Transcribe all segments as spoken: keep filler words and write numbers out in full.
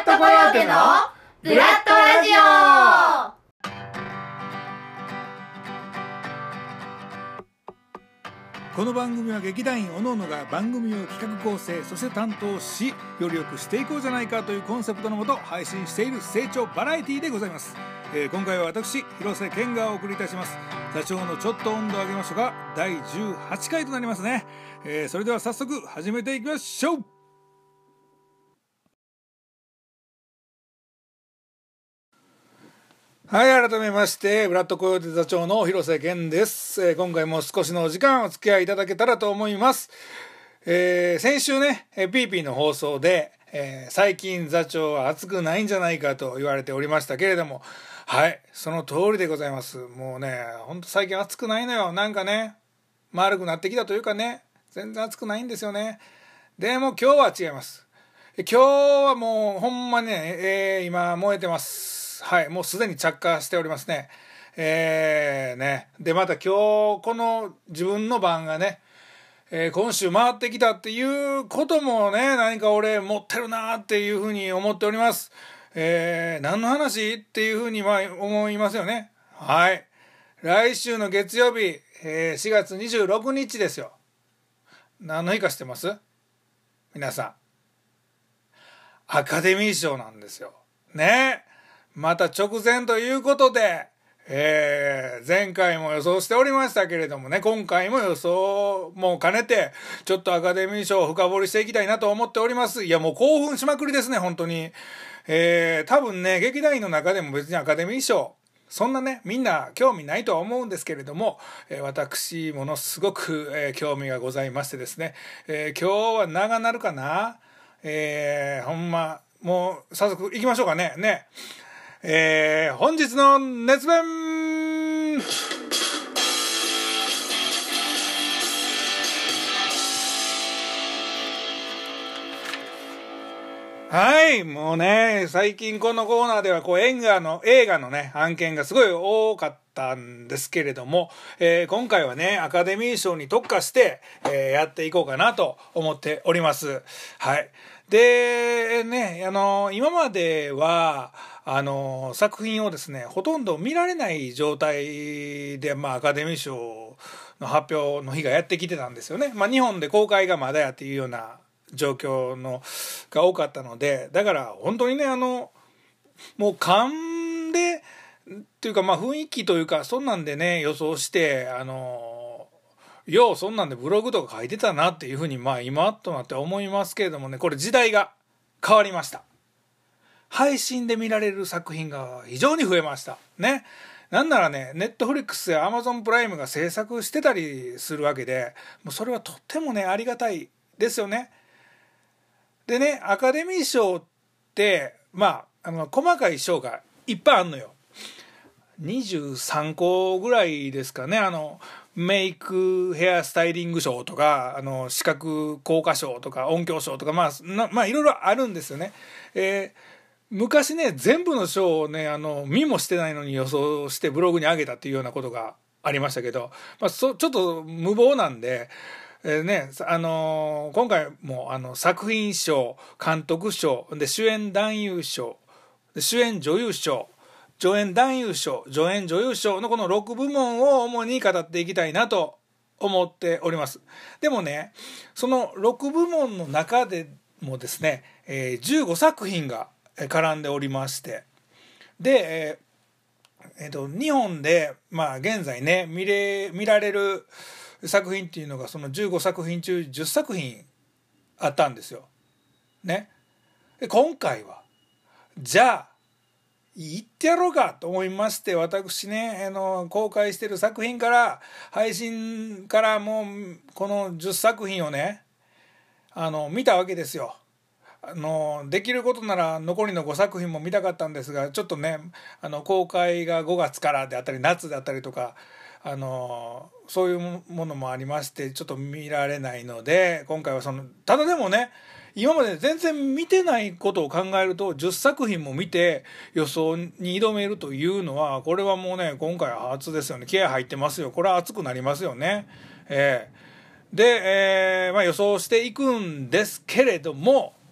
トコヨーテのブラッドラジオ。 この番組は劇団員おのおのが番組を企画構成そして担当しより良くしていこうじゃないかというコンセプトのもと配信している成長バラエティでございます。えー、今回は私広瀬健がお送りいたします。座長のちょっと温度を上げましょうがだいじゅうはちかいとなりますね。えー、それでは早速始めていきましょう。はい、改めましてブラッドコヨーテ座長の広瀬健です。えー、今回も少しのお時間お付き合いいただけたらと思います。えー、先週ね、えー、ピーピーの放送で、えー、最近座長は暑くないんじゃないかと言われておりましたけれども、はい、その通りでございます。もうね、ほんと最近暑くないのよ。なんかね、丸くなってきたというかね、全然暑くないんですよね。でも今日は違います。今日はもうほんまにね、えー、今燃えてます。はい、もうすでに着火しておりますね。えー、ね。で、また今日、この自分の番がね、えー、今週回ってきたっていうこともね、何か俺持ってるなっていうふうに思っております。えー、何の話っていうふうにまあ思いますよね。はい。来週の月曜日、えー、しがつにじゅうろくにちですよ。何の日か知ってます？皆さん。アカデミー賞なんですよ。ね。また直前ということで、えー、前回も予想しておりましたけれどもね、今回も予想も兼ねて、ちょっとアカデミー賞を深掘りしていきたいなと思っております。いやもう興奮しまくりですね、本当に。えー、多分ね、劇団員の中でも別にアカデミー賞、そんなね、みんな興味ないとは思うんですけれども、えー、私、ものすごく、えー、興味がございましてですね、えー、今日は長なるかな？えー、ほんま、もう早速行きましょうかね。ね。えー、本日の熱弁。はい、もうね、最近このコーナーではこう映画の、映画のね、案件がすごい多かったんですけれども、えー、今回はね、アカデミー賞に特化して、えー、やっていこうかなと思っております。はい。で、ね、あの、今までは、あの、作品をですね、ほとんど見られない状態で、まあ、アカデミー賞の発表の日がやってきてたんですよね。まあ、日本で公開がまだやっていうような状況のが多かったので、だから本当にね、あの、もう勘で、っていうかまあ雰囲気というか、そんなんでね、予想して、あの、ようそんなんでブログとか書いてたなっていうふうにまあ今となって思いますけれどもね、これ時代が変わりました。配信で見られる作品が非常に増えましたね。なんならね、ネットフリックスやアマゾンプライムが制作してたりするわけで、もうそれはとってもねありがたいですよね。でね、アカデミー賞ってまああの細かい賞がいっぱいあるのよ。にじゅうさんこぐらいですかね。あのメイクヘアスタイリング賞とか、あの視覚効果賞とか音響賞とか、まあなまあいろいろあるんですよね。えー昔ね、全部の賞をね、あの見もしてないのに予想してブログに上げたっていうようなことがありましたけど、まあ、そちょっと無謀なんで、えーね、あのー、今回もあの作品賞、監督賞で主演男優賞で主演女優賞、助演男優賞、助演女優賞のこのろくぶもんを主に語っていきたいなと思っております。でもね、そのろくぶもんの中でもですね、えー、じゅうごさく品が絡んでおりまして、で、えーえー、と日本で、まあ、現在ね 見れ見られる作品っていうのがそのじゅうごさく品中じゅっさく品あったんですよ。ね。で今回はじゃあ言ってやろうかと思いまして、私ねあの公開してる作品から配信からもうこのじゅっさく品をねあの見たわけですよ。あのできることなら残りのごさく品も見たかったんですが、ちょっとねあの公開がごがつからであったり夏であったりとか、あのそういうものもありましてちょっと見られないので、今回はそのただでもね今まで全然見てないことを考えるとじゅっさく品も見て予想に挑めるというのはこれはもうね今回は初ですよね。気合入ってますよ。これは熱くなりますよね。えー、で、えーまあ、予想していくんですけれども、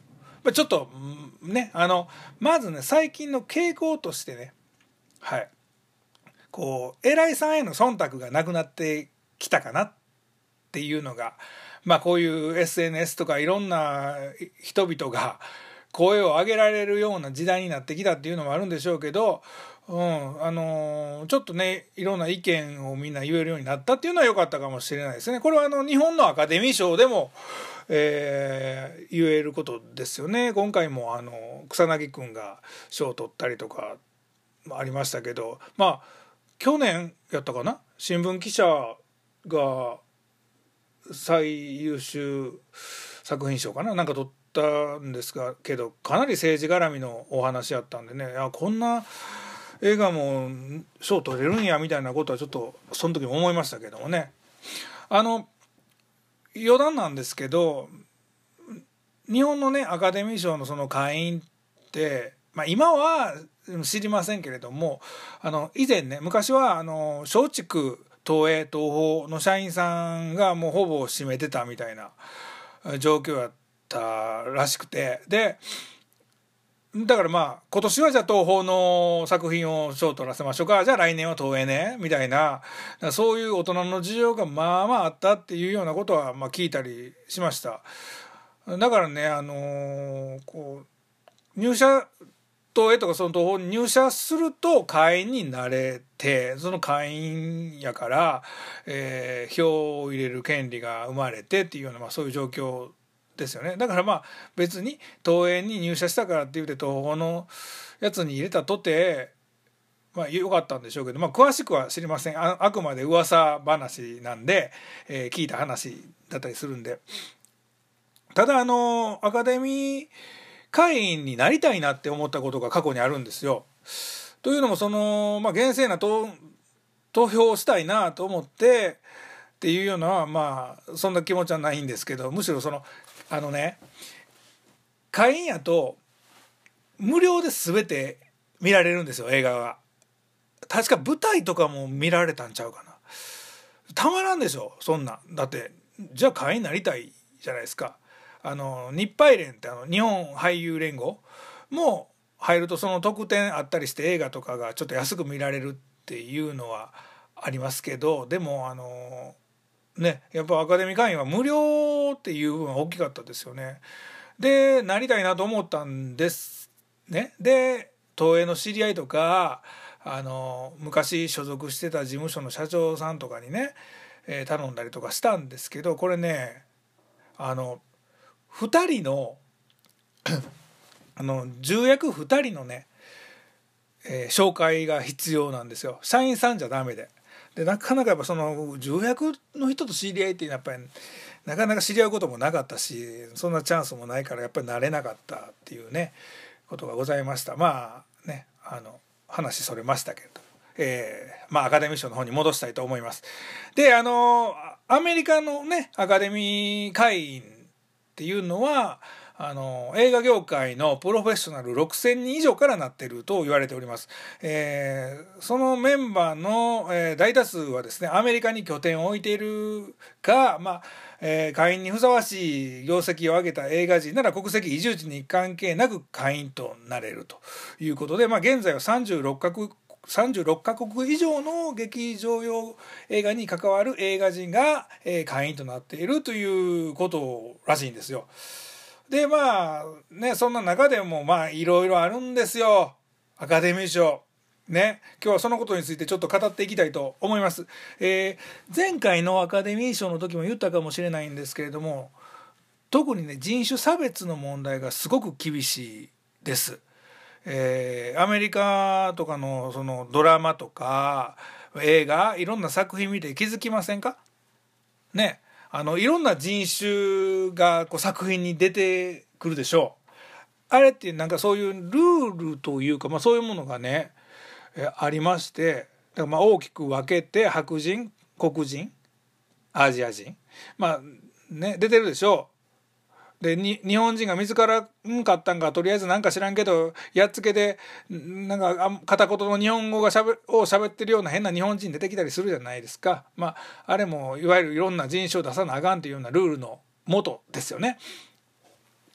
まあ、ちょっとねあのまずね最近の傾向としてね、はいこう偉いさんへの忖度がなくなってきたかなっていうのが、まあこういう エスエヌエス とかいろんな人々が声を上げられるような時代になってきたっていうのもあるんでしょうけど、うんあのーちょっとねいろんな意見をみんな言えるようになったっていうのは良かったかもしれないですね。これはあの日本のアカデミー賞でも、えー言えることですよね。今回もあの草薙くんが賞を取ったりとかありましたけど、まあ去年やったかな新聞記者が最優秀作品賞かななんか取ったんですがけどかなり政治絡みのお話やったんでね、いやこんな映画も賞取れるんやみたいなことはちょっとその時も思いましたけどもね。あの余談なんですけど日本のねアカデミー賞のその会員って、まあ、今は知りませんけれどもあの以前ね昔はあの松竹東映東宝の社員さんがもうほぼ占めてたみたいな状況やったらしくて、でだからまあ今年はじゃあ東宝の作品を賞取らせましょうか、じゃあ来年は東映ねみたいな、そういう大人の事情がまあまああったっていうようなことはまあ聞いたりしました。だからねあのー、こう入社東映とかその東宝に入社すると会員になれて、その会員やから、えー、票を入れる権利が生まれてっていうような、まあ、そういう状況ですよね。だからまあ別に東映に入社したからって言って東宝のやつに入れたとてまあ良かったんでしょうけど、まあ、詳しくは知りません。 あ, あくまで噂話なんで、えー、聞いた話だったりするんで。ただあのアカデミー会員になりたいなって思ったことが過去にあるんですよ。というのもその、まあ、厳正な投投票をしたいなと思ってっていうようなまあそんな気持ちはないんですけど、むしろそのあのね会員やと無料で全て見られるんですよ映画が。確か舞台とかも見られたんちゃうかな。たまらんでしょそんなん。だってじゃあ会員になりたいじゃないですか。あの日配連ってあの日本俳優連合も入るとその特典あったりして映画とかがちょっと安く見られるっていうのはありますけど、でもあのねやっぱアカデミー会員は無料っていう部分は大きかったですよね。でなりたいなと思ったんですね。で東映の知り合いとかあの昔所属してた事務所の社長さんとかにね、えー、頼んだりとかしたんですけど、これねあのふたりのあの重役ふたりのね、えー、紹介が必要なんですよ。社員さんじゃダメで。でなかなかやっぱその重役の人と知り合いっていうのはやっぱりなかなか知り合うこともなかったし、そんなチャンスもないからやっぱり慣れなかったっていうねことがございました。まあねあの話それましたけれど、えー、まあアカデミー賞の方に戻したいと思います。であのアメリカのねアカデミー会員っていうのはあの映画業界のプロフェッショナルろくせんにん以上からなっていると言われております。えー、そのメンバーの、えー、大多数はですねアメリカに拠点を置いているか、まあえー、会員にふさわしい業績を上げた映画人なら国籍移住地に関係なく会員となれるということで、まあ、現在はさんじゅうろっかこくさんじゅうろっかこく以上の劇場用映画に関わる映画人が、えー、会員となっているということらしいんですよ。でまあねそんな中でもまあいろいろあるんですよアカデミー賞ね。今日はそのことについてちょっと語っていきたいと思います。えー、前回のアカデミー賞の時も言ったかもしれないんですけれども、特にね人種差別の問題がすごく厳しいです。えー、アメリカとかのそのドラマとか映画いろんな作品見て気づきませんかね。あのいろんな人種がこう作品に出てくるでしょう。あれってなんかそういうルールというか、まあ、そういうものがねえありまして、だからまあ大きく分けて白人黒人アジア人まあね出てるでしょう。でに日本人が自らんかったんかとりあえずなんか知らんけどやっつけでなんか片言の日本語がしゃべを喋ってるような変な日本人出てきたりするじゃないですか。まああれもいわゆるいろんな人種を出さなあかんというようなルールのもとですよね。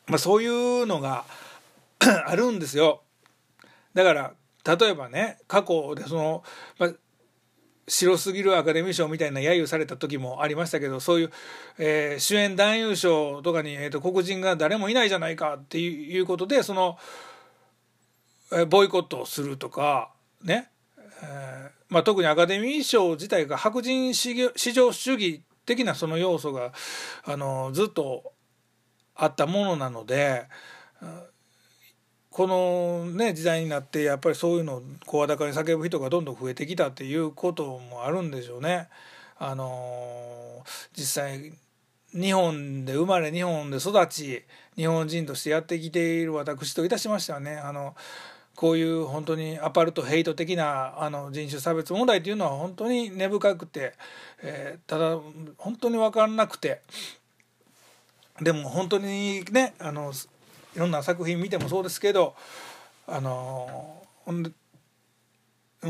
まあ、そういうのがあるんですよ。だから例えばね、過去でその、まあ、白すぎるアカデミー賞みたいな揶揄された時もありましたけど、そういう、えー、主演男優賞とかに、えーと、黒人が誰もいないじゃないかっていうことで、その、えー、ボイコットをするとかね、えーまあ、特にアカデミー賞自体が白人至上主義的なその要素があのずっとあったものなので、このね時代になってやっぱりそういうのを声高に叫ぶ人がどんどん増えてきたっていうこともあるんでしょうね。あの実際日本で生まれ日本で育ち日本人としてやってきている私といたしましてはね、あのこういう本当にアパルトヘイト的なあの人種差別問題っていうのは本当に根深くて、えー、ただ本当に分からなくて、でも本当にね、あのいろんな作品見てもそうですけど、あのほん、うん、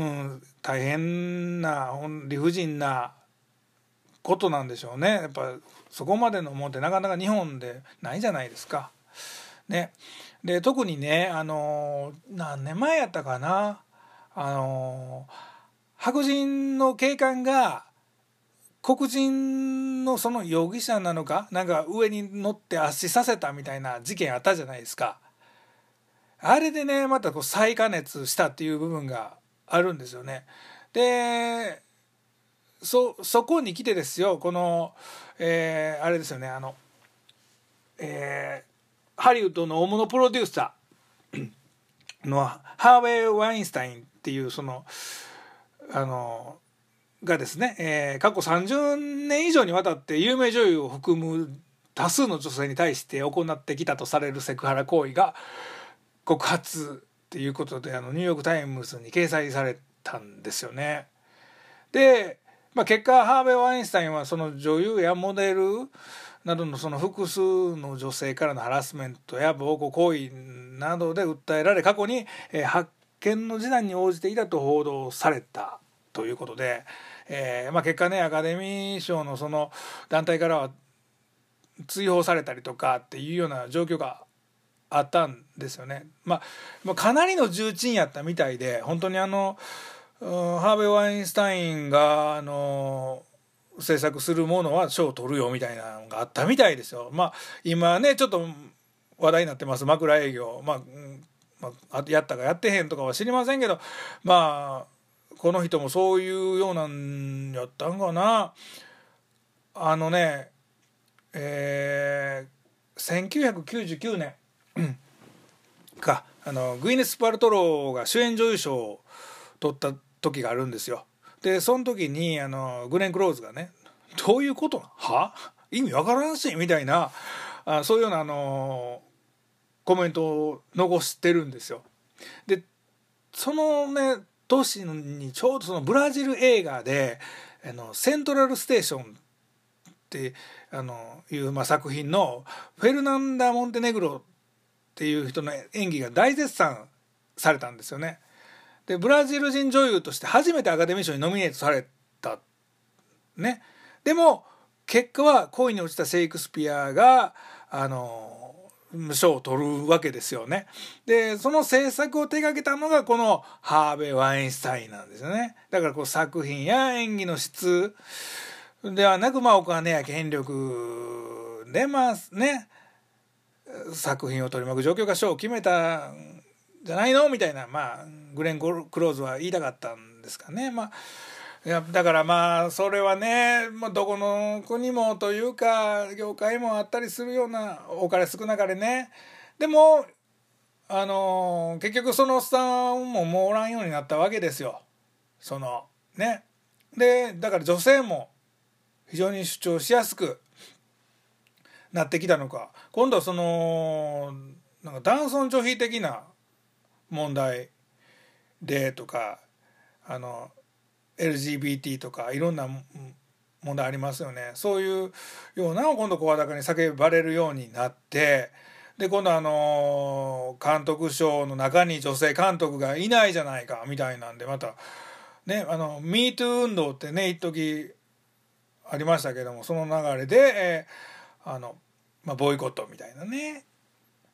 大変な理不尽なことなんでしょうね。やっぱそこまでのもんってなかなか日本でないじゃないですか。ね、で特にね、あの何年前やったかな、あの白人の警官が黒人のその容疑者なのかなんか上に乗って圧死させたみたいな事件あったじゃないですか。あれでねまたこう再加熱したっていう部分があるんですよね。で そ, そこに来てですよ、この、えー、あれですよね、あの、えー、ハリウッドの大物プロデューサーのハーヴェイ・ワインスタインっていうそのあのがですね、えー、過去さんじゅうねん以上にわたって有名女優を含む多数の女性に対して行ってきたとされるセクハラ行為が告発っていうことであのニューヨーク・タイムズに掲載されたんですよね。で、まあ、結果ハーヴェイ・ワインスタインはその女優やモデルなどのその複数の女性からのハラスメントや暴行行為などで訴えられ、過去に発見の示談に応じていたと報道されたということで、えーまあ、結果ねアカデミー賞のその団体からは追放されたりとかっていうような状況があったんですよね。まあ、かなりの重鎮やったみたいで、本当にあのハーヴェイ・ワインスタインがあの制作するものは賞を取るよみたいなのがあったみたいですよ。まあ今ねちょっと話題になってます枕営業、まあ、まあ、やったかやってへんとかは知りませんけど、まあこの人もそういうようなんやったんかな。あのねえー、せんきゅうひゃくきゅうじゅうきゅうねんかあのグイネス・パルトローが主演女優賞を取った時があるんですよ。でその時にあのグレン・クローズがねどういうことなは意味わからんしみたいなあそういうようなあのコメントを残してるんですよ。でそのね年にちょうどそのブラジル映画であのセントラルステーションってあのいう、まあ、作品のフェルナンダ・モンテネグロっていう人の演技が大絶賛されたんですよね。でブラジル人女優として初めてアカデミー賞にノミネートされたね。でも結果は恋に落ちたシェイクスピアがあの賞を取るわけですよね。でその制作を手掛けたのがこのハーヴェイ・ワインスタインなんですよね。だからこう作品や演技の質ではなく、まあお金や権力でまあね作品を取り巻く状況が賞を決めたんじゃないのみたいな、まあグレン・クローズは言いたかったんですかね。まあいやだからまあそれはね、まあ、どこの国もというか業界もあったりするような多かれ少なかれね。でもあの結局そのおっさんももうおらんようになったわけですよ。そのねでだから女性も非常に主張しやすくなってきたのか、今度はそのなんか男尊女卑的な問題でとかあの エルジービーティー とかいろんな問題ありますよね。そういうようなのを今度声高に叫ばれるようになって、で今度あの監督賞の中に女性監督がいないじゃないかみたいなんで、またねあの ミートゥー 運動ってね一時ありましたけども、その流れで、えーあのまあ、ボイコットみたいなね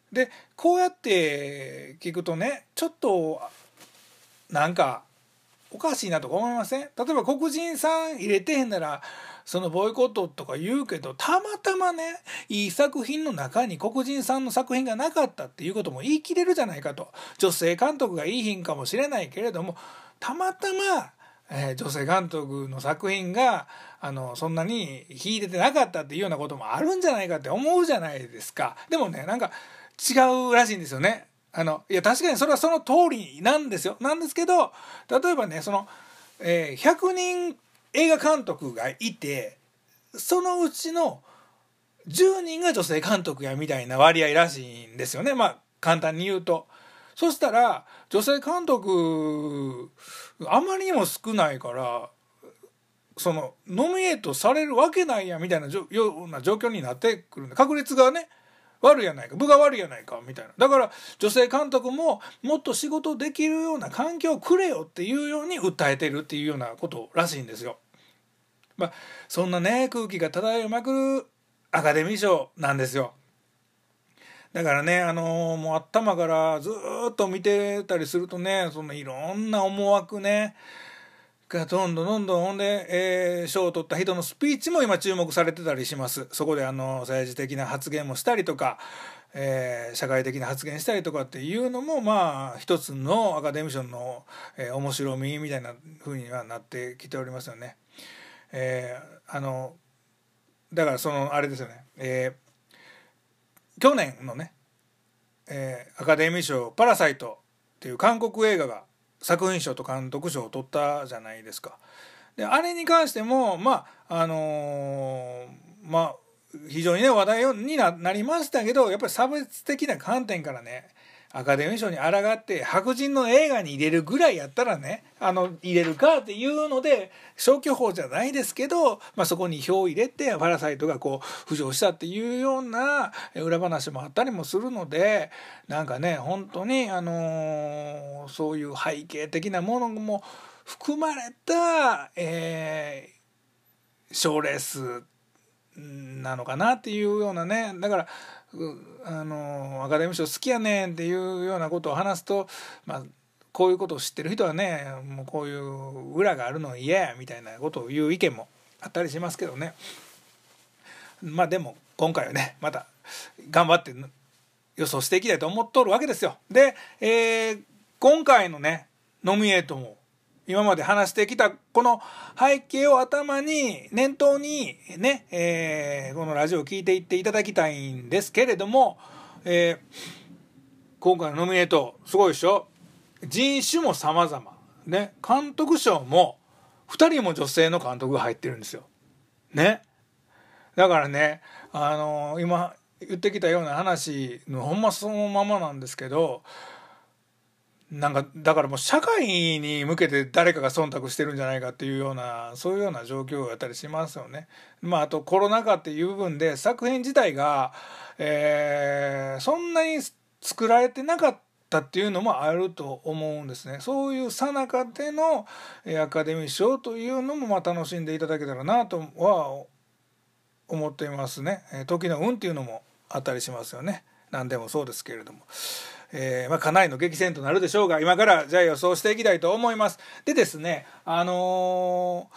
でこうやって聞くとねちょっとなんかおかしいなとか思いません？例えば黒人さん入れてへんならそのボイコットとか言うけど、たまたまねいい作品の中に黒人さんの作品がなかったっていうことも言い切れるじゃないかと。女性監督がいい品かもしれないけれども、たまたま、えー、女性監督の作品があのそんなに秀でてなかったっていうようなこともあるんじゃないかって思うじゃないですか。でもねなんか違うらしいんですよね。あのいや確かにそれはその通りなんですよ。なんですけど、例えばねその、えー、ひゃくにん映画監督がいて、そのうちのじゅうにんが女性監督やみたいな割合らしいんですよね。まあ簡単に言うと。そしたら女性監督あまりにも少ないから、そのノミネートされるわけないやみたいなような状況になってくるんで、確率がね悪いやないか、部が悪いやないかみたいな。だから女性監督ももっと仕事できるような環境をくれよっていうように訴えてるっていうようなことらしいんですよ。まあそんなね空気が漂いまくるアカデミー賞なんですよ。だからねあのー、もう頭からずっと見てたりするとね、そのいろんな思惑ねがどんどんどんどんほんで、えー、賞を取った人のスピーチも今注目されてたりします。そこであの政治的な発言もしたりとか、えー、社会的な発言したりとかっていうのもまあ一つのアカデミー賞の、えー、面白みみたいな風にはなってきておりますよね。えー、あのだからそのあれですよね、えー去年のね、えー、アカデミー賞パラサイトっていう韓国映画が作品賞と監督賞を取ったじゃないですか。であれに関してもまああのー、まあ非常にね話題に な, なりましたけど、やっぱり差別的な観点からねアカデミー賞に抗って白人の映画に入れるぐらいやったらねあの入れるかっていうので消去法じゃないですけど、まあ、そこに票を入れてパラサイトがこう浮上したっていうような裏話もあったりもするので、なんかね本当にあのー、そういう背景的なものも含まれた、えー、賞レースなのかなっていうようなね。だからあのアカデミー賞好きやねんっていうようなことを話すと、まあ、こういうことを知ってる人はねもうこういう裏があるの嫌やみたいなことを言う意見もあったりしますけどね。まあでも今回はねまた頑張って予想していきたいと思っとるわけですよ。で、えー、今回のねノミネートも今まで話してきたこの背景を頭に念頭にね、えー、このラジオを聞いていっていただきたいんですけれども、えー、今回のノミネートすごいでしょ。人種も様々ね、監督賞もふたりも女性の監督が入ってるんですよね。だからねあのー、今言ってきたような話のほんまそのままなんですけど、なんかだからもう社会に向けて誰かが忖度してるんじゃないかっていうようなそういうような状況だったりしますよね。まああとコロナ禍っていう部分で作品自体が、えー、そんなに作られてなかったっていうのもあると思うんですね。そういう最中でのアカデミー賞というのもまあ楽しんでいただけたらなとは思っていますね。時の運っていうのもあったりしますよね。何でもそうですけれども。えーまあ、かなりの激戦となるでしょうが、今からじゃあ予想していきたいと思います。でですね、あの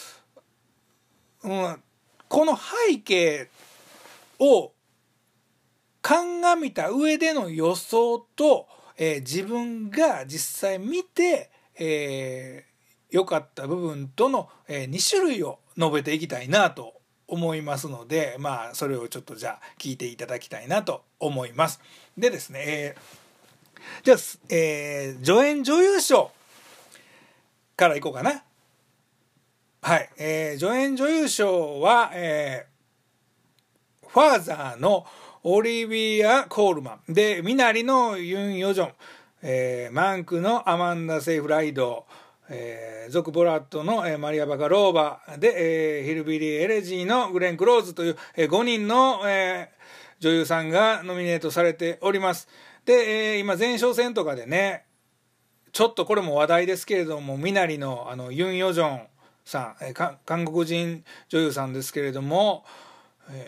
ーうん、この背景を鑑みた上での予想と、えー、自分が実際見て良、えー、かった部分との、えー、に種類を述べていきたいなと思いますので、まあそれをちょっとじゃあ聞いていただきたいなと思います。でですね、えーじゃあ、えー、助演女優賞からいこうかな。はい、えー、助演女優賞は、えー、ファーザーのオリビア・コールマンで、ミナリのユン・ヨジョン、えー、マンクのアマンダ・セイフライド、えー、ゾク・ボラットの、えー、マリア・バカローバで、えー、ヒルビリー・エレジーのグレン・クローズという、えー、ごにんの、えー、女優さんがノミネートされております。で、えー、今前哨戦とかでねちょっとこれも話題ですけれども、ミナリのあのユン・ヨジョンさん、えー、韓国人女優さんですけれども、え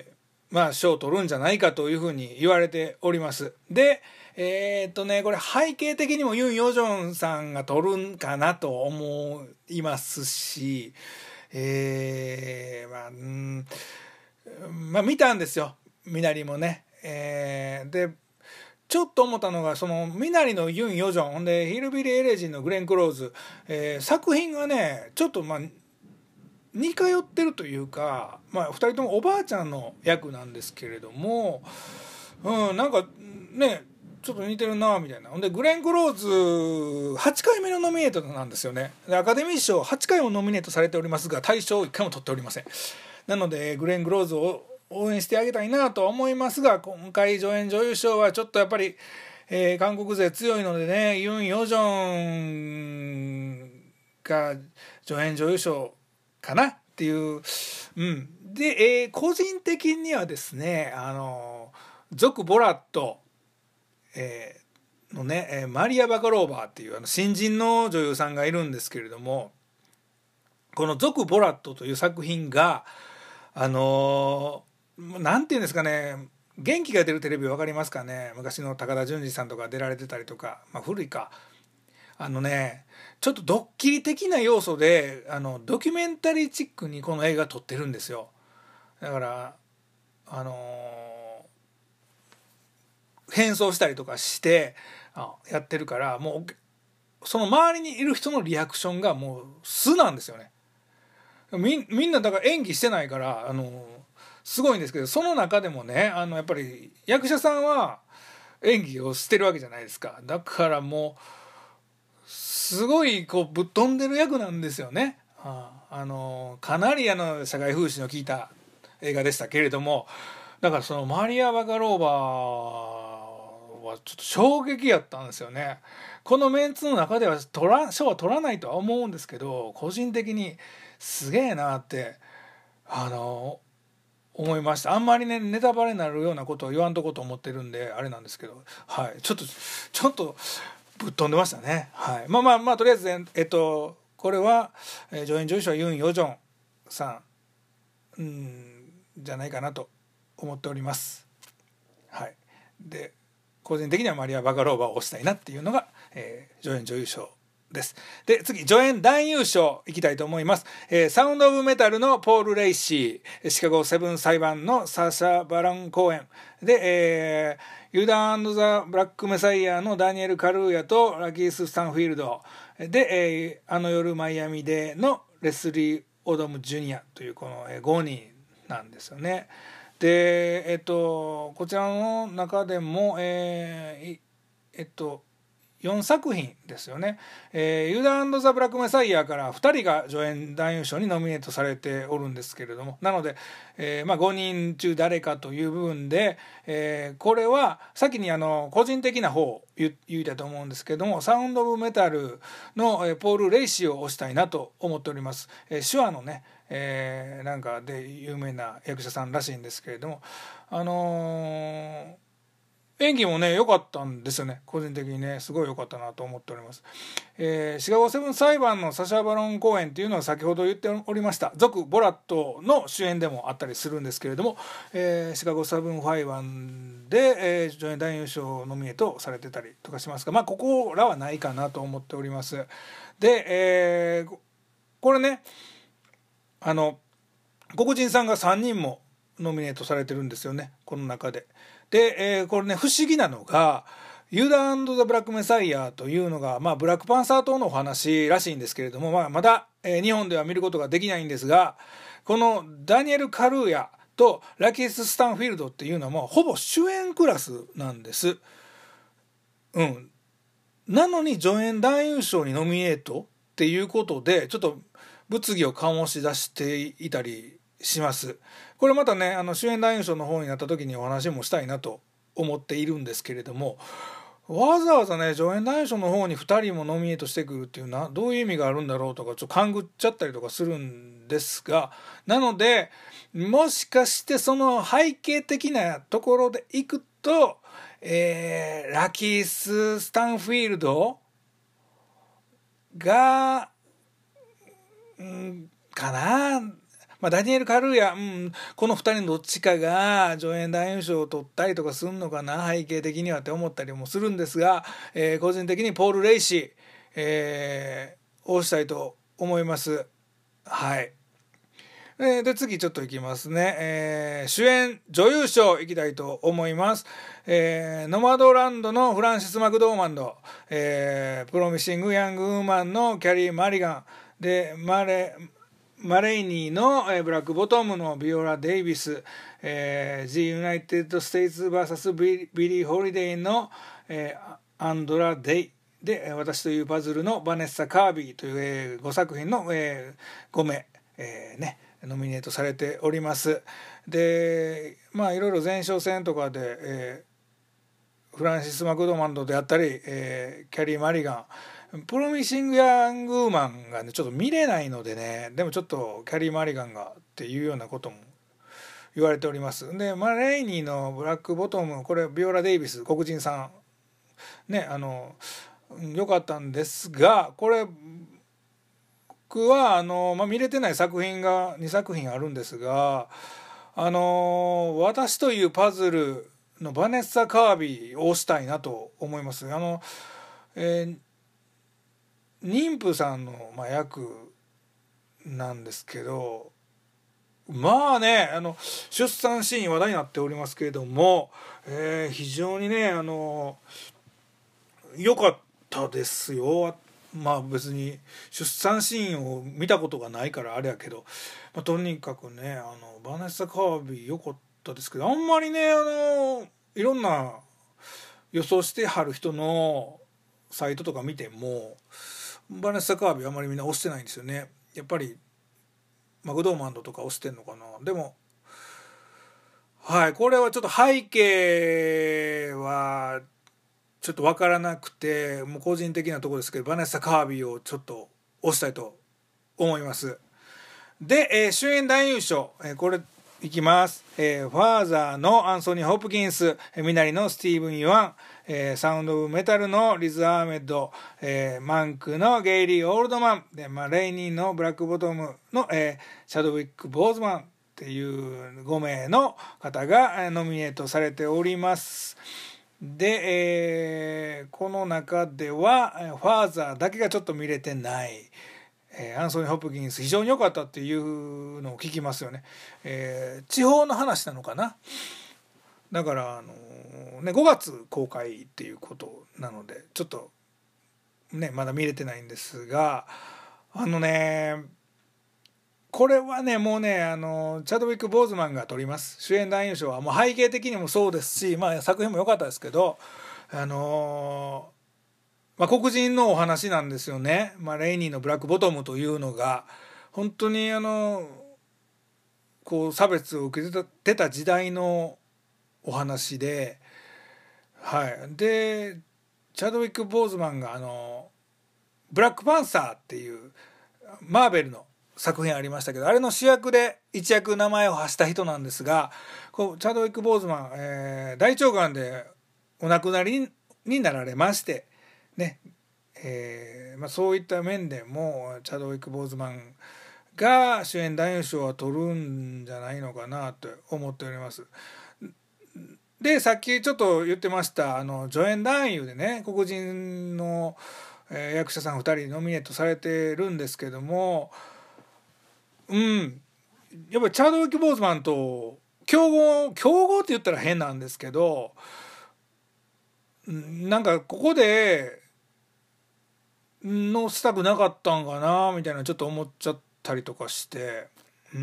まあ賞を取るんじゃないかというふうに言われております。でえー、っとねこれ背景的にもユン・ヨジョンさんが取るんかなと思いますし、えー、まあうんまあ見たんですよ、みなりもね。えー、でちょっと思ったのが、そのみなりのユン・ヨジョン、ほんでヒルビリー・エレジンのグレン・クローズ、えー、作品がねちょっとまあ似通ってるというか、まあ、ふたりともおばあちゃんの役なんですけれども、うん、なんかねちょっと似てるなみたいな。ほんでグレン・クローズはちかいめのノミネートなんですよね。でアカデミー賞はちかいもノミネートされておりますが、大賞いっかいも取っておりません。なのでグレン・クローズを応援してあげたいなとは思いますが、今回助演女優賞はちょっとやっぱり、えー、韓国勢強いのでね、ユン・ヨジョンが助演女優賞かなっていう、うん、で、えー、個人的にはですね、あのゾク・ボラット、えー、のね、えー、マリア・バカローバーっていうあの新人の女優さんがいるんですけれども、このゾク・ボラットという作品があのー、なんていうんですかね、元気が出るテレビ分かりますかね。昔の高田純次さんとか出られてたりとか、まあ、古いか、あのねちょっとドッキリ的な要素であのドキュメンタリーチックにこの映画撮ってるんですよ。だからあのー、変装したりとかしてあやってるから、もうその周りにいる人のリアクションがもう素なんですよね。み, みんなだから演技してないからあのー、すごいんですけど、その中でもねあのやっぱり役者さんは演技をしてるわけじゃないですか。だからもうすごいこうぶっ飛んでる役なんですよね。ああのかなりあの社会風刺の効いた映画でしたけれども、だからそのマリア・バカローバーはちょっと衝撃やったんですよね。このメンツの中では取ら賞は取らないとは思うんですけど、個人的にすげえなってあの思いました。あんまりねネタバレになるようなことを言わんとこと思ってるんであれなんですけど、はいちょっとちょっとぶっ飛んでましたね。はい、まあまあまあとりあえず、ね、えっとこれは、えー、助演女優賞はユン・ヨジョンさんうんじゃないかなと思っております。はい、で個人的にはマリア・バカローバを推したいなっていうのが、えー、助演女優賞です。で次助演男優賞いきたいと思います。えー、サウンド・オブ・メタルのポール・レイシー、シカゴセブン裁判のサーシャ・バロン公演で、えー、ユダ&ザ・ブラック・メサイアのダニエル・カルーヤとラキース・スタンフィールドで、えー、あの夜マイアミでのレスリー・オドム・ジュニアというこのごにんなんですよね。でえっとこちらの中でもえー、えっとよんさく品ですよね。えー、ユダ&ザ・ブラック・メサイアからふたりが助演男優賞にノミネートされておるんですけれども、なので、えーまあ、ごにん中誰かという部分で、えー、これは先にあの個人的な方を言いたいと思うんですけれども、サウンド・オブ・メタルの、えー、ポール・レイシーを推したいなと思っております。えー、手話のね、えー、なんかで有名な役者さんらしいんですけれども、あのー演技もね良かったんですよね。個人的にねすごい良かったなと思っております。えー、シカゴセブン裁判のサシャ・バロン公演っていうのは先ほど言っておりましたゾク・ボラットの主演でもあったりするんですけれども、えー、シカゴセブン裁判で、えー、助演男優賞ノミネートされてたりとかしますが、まあここらはないかなと思っております。で、えー、これねあの黒人さんがさんにんもノミネートされてるんですよね、この中で。で、えー、これね不思議なのがユダ&ザ・ブラック・メサイアというのが、まあ、ブラックパンサー党のお話らしいんですけれども、まあ、まだ、えー、日本では見ることができないんですが、このダニエル・カルーヤとラキース・スタンフィールドっていうのはもうほぼ主演クラスなんです。うん、なのに助演男優賞にノミネートっていうことでちょっと物議を醸し出していたりします。これまたねあの主演男優賞の方になった時にお話もしたいなと思っているんですけれども、わざわざね助演男優賞の方にふたりもノミネートしてくるっていうのはどういう意味があるんだろうとかちょっと勘ぐっちゃったりとかするんですが、なのでもしかしてその背景的なところでいくと、えー、ラキース・スタンフィールドがんかなまあ、ダニエル・カルーヤ、うん、このふたりのどっちかが助演男優賞を取ったりとかするのかな、背景的にはって思ったりもするんですが、えー、個人的にポール・レイシー、えー、をしたいと思います。はい。えー、で次ちょっといきますね、えー、主演女優賞いきたいと思います。えー、ノマドランドのフランシス・マクドーマンド、えー、プロミシング・ヤング・ウーマンのキャリー・マリガンで、マレマレイニーの、えー、ブラックボトムのビオラ・デイビス、えー、The United States ブイエス ビリー・ホリデイの、えー、アンドラ・デイで、私というパズルのバネッサ・カービーという、えー、ごさく品の、えー、ごめい、えー、ね、ノミネートされております。で、まあいろいろ前哨戦とかで、えー、フランシス・マクドーマンドであったり、えー、キャリー・マリガン、プロミシング・ヤング・ウーマンがねちょっと見れないのでね、でもちょっとキャリー・マリガンがっていうようなことも言われております。でマレイニーのブラックボトム、これビオラ・デイビス、黒人さんね、あの良かったんですが、これ僕はあの、まあ、見れてない作品がにさく品あるんですが、あの私というパズルのバネッサ・カービーを推したいなと思います。あの、えー妊婦さんの、まあ、役なんですけど、まあね、あの出産シーン話題になっておりますけれども、えー、非常にね、あの良かったですよ。まあ別に出産シーンを見たことがないからあれやけど、まあ、とにかくね、あのバネッサ・カービー良かったですけど、あんまりね、あのいろんな予想してはる人のサイトとか見てもバネッサ・カービーあまりみんな押してないんですよね。やっぱりマクドーマンドとか押してんのかな。でもはい、これはちょっと背景はちょっと分からなくて、もう個人的なところですけどバネッサ・カービーをちょっと押したいと思います。で、えー、主演男優賞、えー、これいきます、えー、ファーザーのアンソニー・ホプキンス、えー、ミナリのスティーブン・ユアン、えー、サウンド・オブ・メタルのリズ・アーメッド、えー、マンクのゲイリー・オールドマンで、まあ、レイニーのブラックボトムの、えー、シャドウィック・ボーズマンっていうご名の方が、えー、ノミネートされております。で、えー、この中ではファーザーだけがちょっと見れてない、えー、アンソニー・ホプキンス非常に良かったっていうのを聞きますよね。えー、地方の話なのかな。だからあのー、ね、ごがつ公開っていうことなのでちょっとねまだ見れてないんですが、あのねこれはねもうねあのチャドウィック・ボーズマンが取ります。主演男優賞はもう背景的にもそうですし、まあ、作品も良かったですけど、あのーまあ、黒人のお話なんですよね。まあ、レイニーのブラックボトムというのが本当にあのこう差別を受けてた時代のお話で、はい、でチャドウィック・ボーズマンがあのブラックパンサーっていうマーベルの作品ありましたけど、あれの主役で一躍名前を発した人なんですが、こうチャドウィック・ボーズマン、えー、大腸がんでお亡くなりになられましてね、えーまあ、そういった面でもチャドウィック・ボーズマンが主演男優賞は取るんじゃないのかなと思っております。でさっきちょっと言ってましたあの助演男優でね黒人の、えー、役者さんふたりノミネートされてるんですけども、うんやっぱりチャードウィック・ボーズマンと競合競合って言ったら変なんですけど、なんかここでのしたくなかったんかなみたいなちょっと思っちゃったりとかして、うん、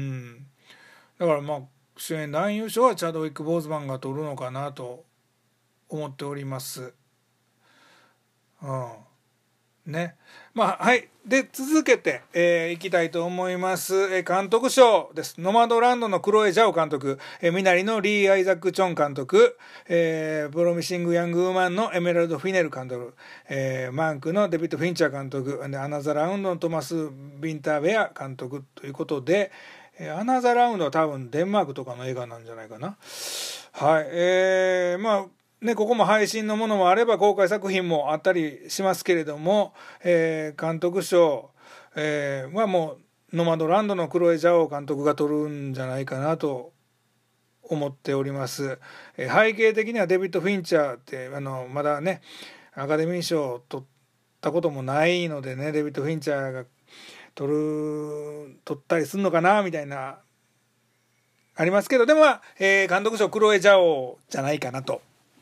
だからまあ主演男優賞はチャードウィック・ボーズマンが取るのかなと思っております。うんね、まあはいで続けて、えー、いきたいと思います、えー、監督賞です。ノマドランドのクロエ・ジャオ監督、えー、ミナリのリー・アイザック・チョン監督、えー、プロミシング・ヤング・ウーマンのエメラルド・フィネル監督、えー、マンクのデビッド・フィンチャー監督でアナザ・ラウンドのトマス・ビンターベア監督ということで、えー、アナザ・ラウンドは多分デンマークとかの映画なんじゃないかな。はいえー、まあね、ここも配信のものもあれば公開作品もあったりしますけれども、えー、監督賞、えー、はもうノマドランドのクロエ・ジャオ監督が撮るんじゃないかなと思っております。え背景的にはデビッド・フィンチャーってあのまだねアカデミー賞を取ったこともないのでね、デビッド・フィンチャーが撮る撮ったりするのかなみたいなありますけど、でも、まあえー、監督賞クロエ・ジャオじゃないかなと。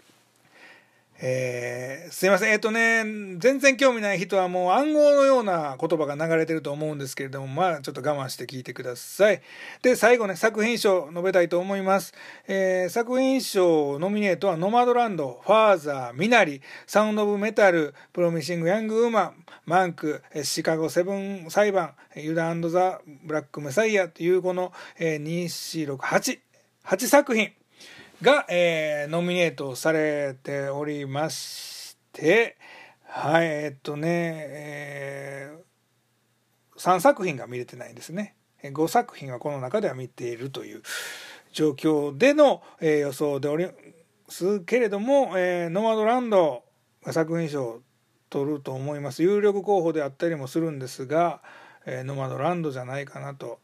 えー、すいませんえっ、ー、とね全然興味ない人はもう暗号のような言葉が流れてると思うんですけれども、まあちょっと我慢して聞いてください。で最後ね作品賞を述べたいと思います。えー、作品賞ノミネートはノマドランド、ファーザー、ミナリ、サウンド・オブ・メタル、プロミシング・ヤング・ウーマン、マンク、シカゴ・セブン裁判、ユダ&ザ・ブラック・メサイアというこの、えー、に、よん、ろく、はち、はち作品が、えー、ノミネートされておりまして、はいえー、っとね、えー、さんさく品が見れてないんですね。ごさく品はこの中では見ているという状況での、えー、予想でおりますけれども、えー、ノマドランドが作品賞を取ると思います。有力候補であったりもするんですが、えー、ノマドランドじゃないかなと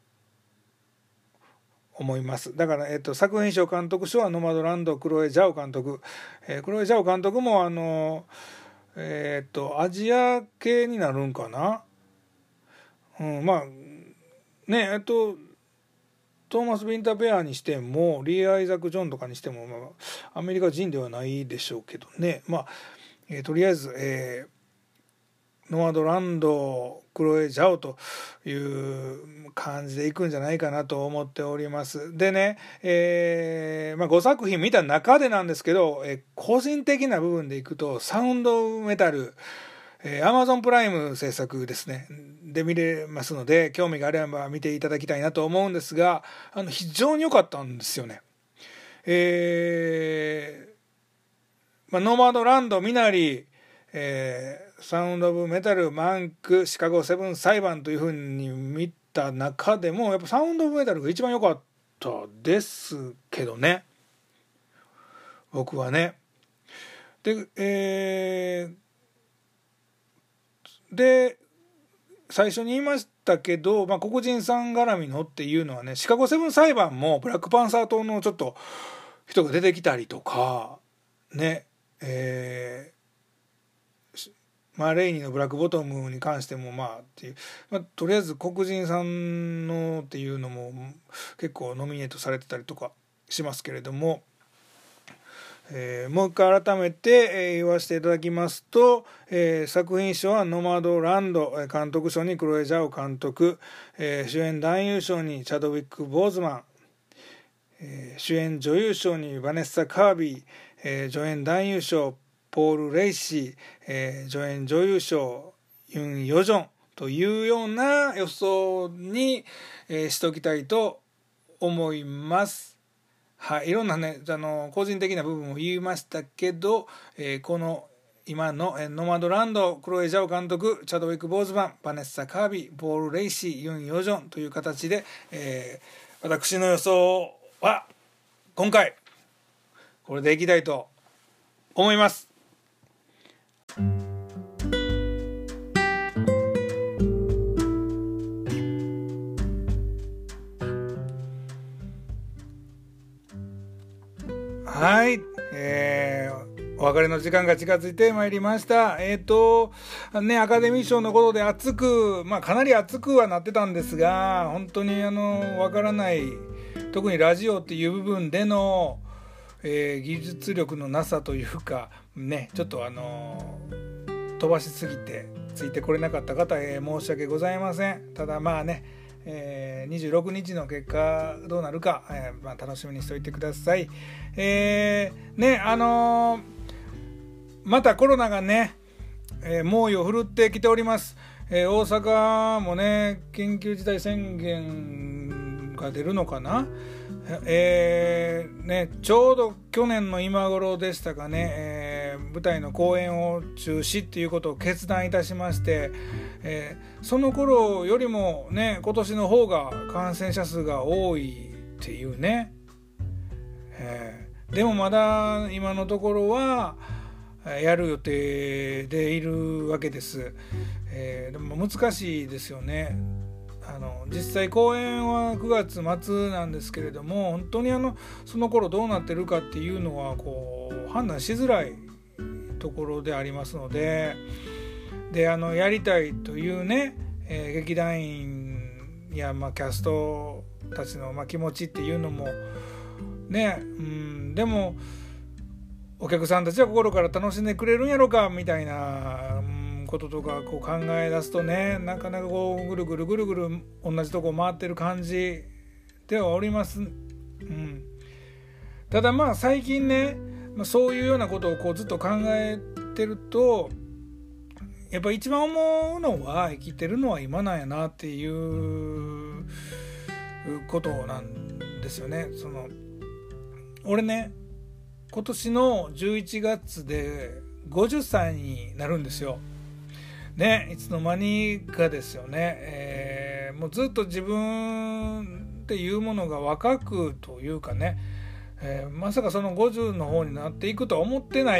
思います。だから、えっと、作品賞監督賞はノマドランド、クロエ・ジャオ監督、えー、クロエ・ジャオ監督もあのえー、っとアジア系になるんかな、うん、まあねえっとトーマス・ビンターペアにしてもリー・アイザック・ジョンとかにしても、まあ、アメリカ人ではないでしょうけどね、まあ、えー、とりあえず、えーノマドランド、クロエ・ジャオという感じでいくんじゃないかなと思っております。でね、えーまあ、ごさく品見た中でなんですけど、えー、個人的な部分でいくとサウンド・オブ・メタル、えー、Amazon プライム制作ですねで見れますので、興味があれば見ていただきたいなと思うんですが、あの非常に良かったんですよね。えーまあ、ノマドランド、ミナリ、えー、サウンド・オブ・メタル、マンク、シカゴ・セブン裁判というふうに見た中でもやっぱサウンド・オブ・メタルが一番良かったですけどね、僕はね。で、えー、で最初に言いましたけど、まあ、黒人さん絡みのっていうのはね、シカゴ・セブン裁判もブラックパンサー党のちょっと人が出てきたりとかね、えーまあ、レイニーのブラックボトムに関してもまあっていう、まあ、とりあえず黒人さんのっていうのも結構ノミネートされてたりとかしますけれども、えー、もう一回改めて、えー、言わせていただきますと、えー、作品賞はノマドランド、監督賞にクロエ・ジャオ監督、えー、主演男優賞にチャドウィック・ボーズマン、えー、主演女優賞にバネッサ・カービー、えー、助演男優賞ポール・レイシー、えー、助演女優賞ユン・ヨジョンというような予想に、えー、しておきたいと思います。はい、いろんなねあの個人的な部分を言いましたけど、えー、この今の、えー、ノマドランド、クロエ・ジャオ監督、チャドウィック・ボーズマン、バネッサ・カービー、ポール・レイシー、ユン・ヨジョンという形で、えー、私の予想は今回これでいきたいと思います。はい、えー、お別れの時間が近づいてまいりました。えっとねアカデミー賞のことで熱く、まあかなり熱くはなってたんですが、本当にあのわからない、特にラジオっていう部分での、えー、技術力のなさというかね、ちょっとあの飛ばしすぎてついてこれなかった方、えー、申し訳ございません。ただまあね、えー、にじゅうろくにちの結果どうなるか、えーまあ、楽しみにしておいてください。えー、ねあのー、またコロナがね、えー、猛威を振るってきております。えー、大阪もね緊急事態宣言が出るのかな。えーね、ちょうど去年の今頃でしたかね、えー、舞台の公演を中止っていうことを決断いたしまして、えー、その頃よりもね今年の方が感染者数が多いっていうね、えー、でもまだ今のところはやる予定でいるわけです。えー、でも難しいですよね。 あの実際公演はくがつ末なんですけれども、本当にあのその頃どうなってるかっていうのはこう判断しづらいところでありますので、であのやりたいというね、えー、劇団員や、まあ、キャストたちの、まあ、気持ちっていうのもね、うん、でもお客さんたちは心から楽しんでくれるんやろかみたいな、うんこととかこう考え出すとね、なかなかこうぐるぐるぐるぐる同じとこ回ってる感じではおります、うん、ただまあ最近ね、まあ、そういうようなことをこうずっと考えてると、やっぱ一番思うのは生きてるのは今なんやなっていうことなんですよね。その俺ね、今年のじゅういちがつでごじゅっさいになるんですよね。いつの間にかですよね、えー、もうずっと自分っていうものが若くというかね、えー、まさかそのごじゅうの方になっていくとは思ってない、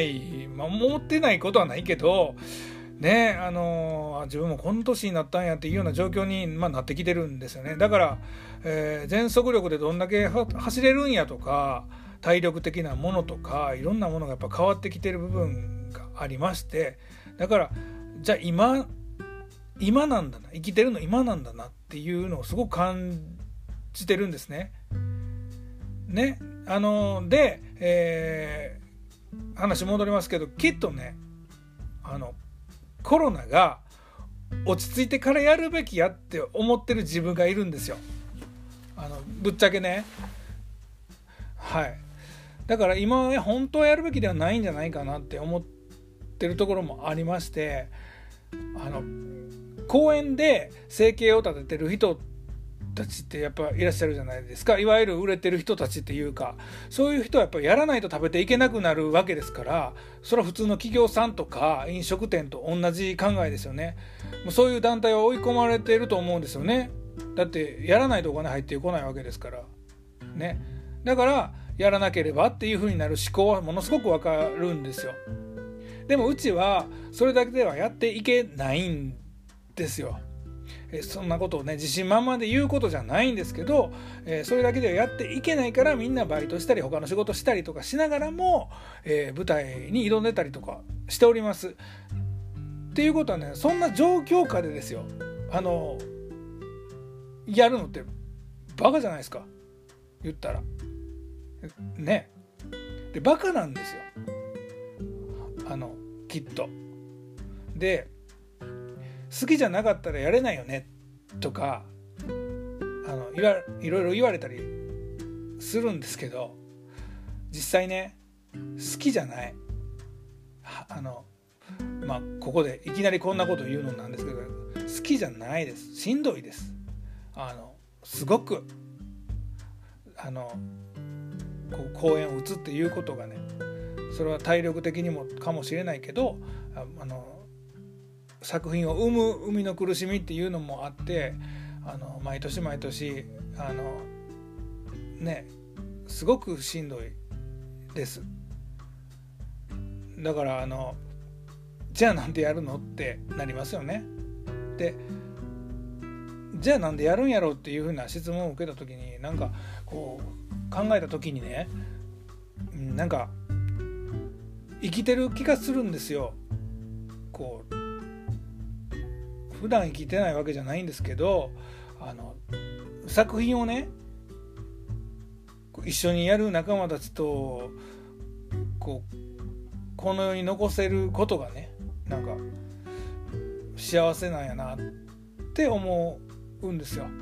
まあ、思ってないことはないけどね、あのー、自分もこの年になったんやっていうような状況に、まあ、なってきてるんですよね。だから、えー、全速力でどんだけ走れるんやとか、体力的なものとかいろんなものがやっぱ変わってきてる部分がありまして、だからじゃあ今今なんだな、生きてるの今なんだなっていうのをすごく感じてるんですね。ね、あので、えー、話戻りますけど、きっとね、あのコロナが落ち着いてからやるべきやって思ってる自分がいるんですよ。あのぶっちゃけね、はい。だから今は本当はやるべきではないんじゃないかなって思ってるところもありまして、あの公園で生計を立ててる人たちってやっぱいらっしゃるじゃないですか。いわゆる売れてる人たちっていうか、そういう人はやっぱやらないと食べていけなくなるわけですから、それは普通の企業さんとか飲食店と同じ考えですよね。もうそういう団体は追い込まれていると思うんですよね。だってやらないとお金入ってこないわけですからね。だからやらなければっていう風になる思考はものすごくわかるんですよ。でもうちはそれだけではやっていけないんですよ。えそんなことをね自信満々で言うことじゃないんですけど、えー、それだけではやっていけないからみんなバイトしたり他の仕事したりとかしながらも、えー、舞台に挑んでたりとかしております。っていうことはね、そんな状況下でですよ、あのやるのってバカじゃないですか、言ったらね。でバカなんですよ、あのきっと。で好きじゃなかったらやれないよねとかあのいわいろいろ言われたりするんですけど、実際ね好きじゃない、あのまあここでいきなりこんなこと言うのなんですけど、好きじゃないです。しんどいです。あのすごくあのこう公演を打つっていうことがね、それは体力的にもかもしれないけど、ああの作品を生む生みの苦しみっていうのもあって、あの毎年毎年あのねすごくしんどいです。だからあのじゃあなんでやるのってなりますよね。でじゃあなんでやるんやろうっていうふうな質問を受けた時に、なんかこう考えた時にね、なんか生きてる気がするんですよ。こう普段生きてないわけじゃないんですけど、あの作品をね一緒にやる仲間たちとこうこの世に残せることがね、なんか幸せなんやなって思うんですよ。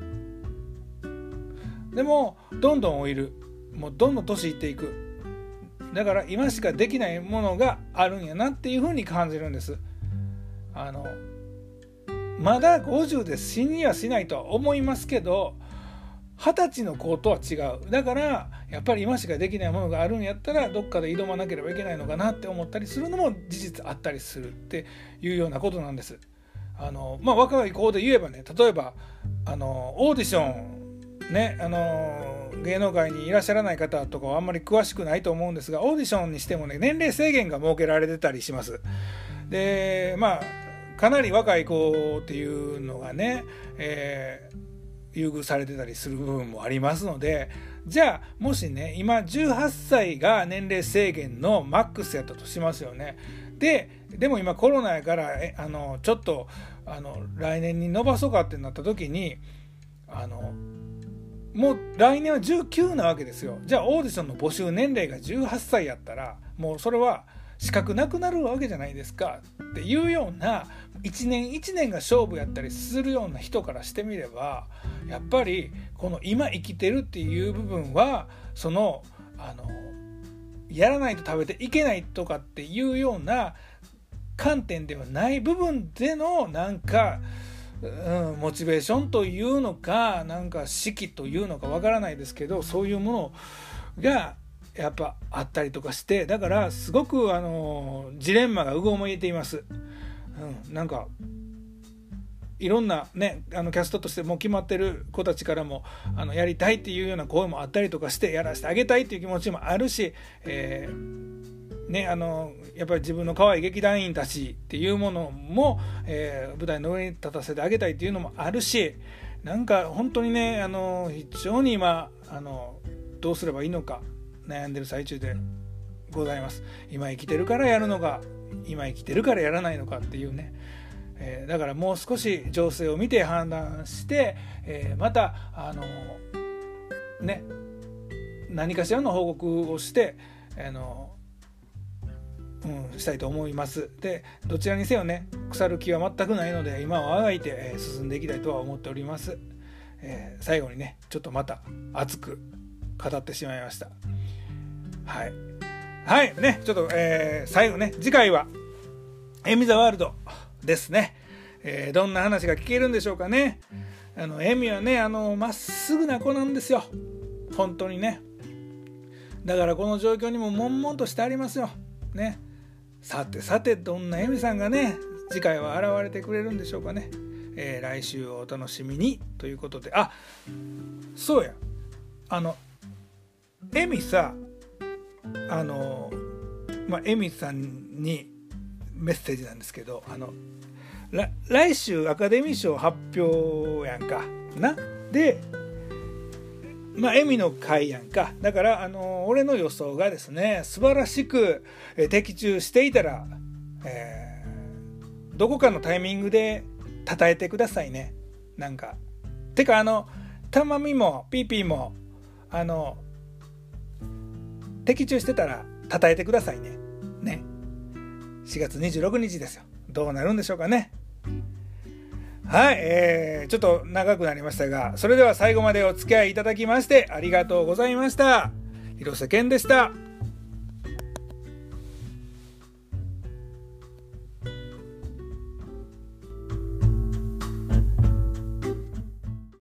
でもどんどん老いる、もうどんどん年いっていく。だから今しかできないものがあるんやなっていう風に感じるんです。あのまだごじゅうで死にはしないとは思いますけど、はたちの子とは違う。だからやっぱり今しかできないものがあるんやったらどっかで挑まなければいけないのかなって思ったりするのも事実あったりするっていうようなことなんです。あの、まあ、若い子で言えばね、例えばあのオーディションね、あの芸能界にいらっしゃらない方とかはあんまり詳しくないと思うんですが、オーディションにしてもね年齢制限が設けられてたりします。でまあかなり若い子っていうのがね、えー、優遇されてたりする部分もありますので、じゃあもしね今じゅうはっさいが年齢制限のマックスやったとしますよね。ででも今コロナやからえあのちょっとあの来年に伸ばそうかってなった時にあのもう来年はじゅうきゅうなわけですよ。じゃあオーディションの募集年齢がじゅうはっさいやったらもうそれは資格なくなるわけじゃないですかっていうようないちねんいちねんが勝負やったりするような人からしてみれば、やっぱりこの今生きてるっていう部分はそのあのやらないと食べていけないとかっていうような観点ではない部分でのなんか、うん、モチベーションというのかなんか士気というのかわからないですけど、そういうものがやっぱあったりとかして、だからすごくあのジレンマがうごめいています、うん、なんかいろんなねあのキャストとしてもう決まってる子たちからもあのやりたいっていうような声もあったりとかしてやらせてあげたいっていう気持ちもあるし、えーね、あのやっぱり自分の可愛い劇団員たちっていうものも、えー、舞台の上に立たせてあげたいっていうのもあるし、なんか本当にねあの非常に今あのどうすればいいのか悩んでる最中でございます。今生きてるからやるのか今生きてるからやらないのかっていうね、えー、だからもう少し情勢を見て判断して、えー、またあのね何かしらの報告をしてあのうん、したいと思います。でどちらにせよね腐る気は全くないので今はあがいて、えー、進んでいきたいとは思っております、えー、最後にねちょっとまた熱く語ってしまいました。はいはいねちょっと、えー、最後ね次回はエミザワールドですね、えー、どんな話が聞けるんでしょうかね。あのエミはねあのまっすぐな子なんですよ本当にね。だからこの状況にも悶々としてありますよね。さてさてどんなエミさんがね次回は現れてくれるんでしょうかね、えー、来週をお楽しみにということで、あそうやあのエミさあのまあエミさんにメッセージなんですけど、あの来週アカデミー賞発表やんかな。でまあ、エミの回やんか。だから、あのー、俺の予想がですね素晴らしく、えー、的中していたら、えー、どこかのタイミングで称えてくださいね。なんかてかあのたまみもピーピーもあの的中してたら称えてくださいね。ねしがつにじゅうろくにちですよ。どうなるんでしょうかね。はい、えー、ちょっと長くなりましたが、それでは最後までお付き合いいただきましてありがとうございました。広瀬健でした。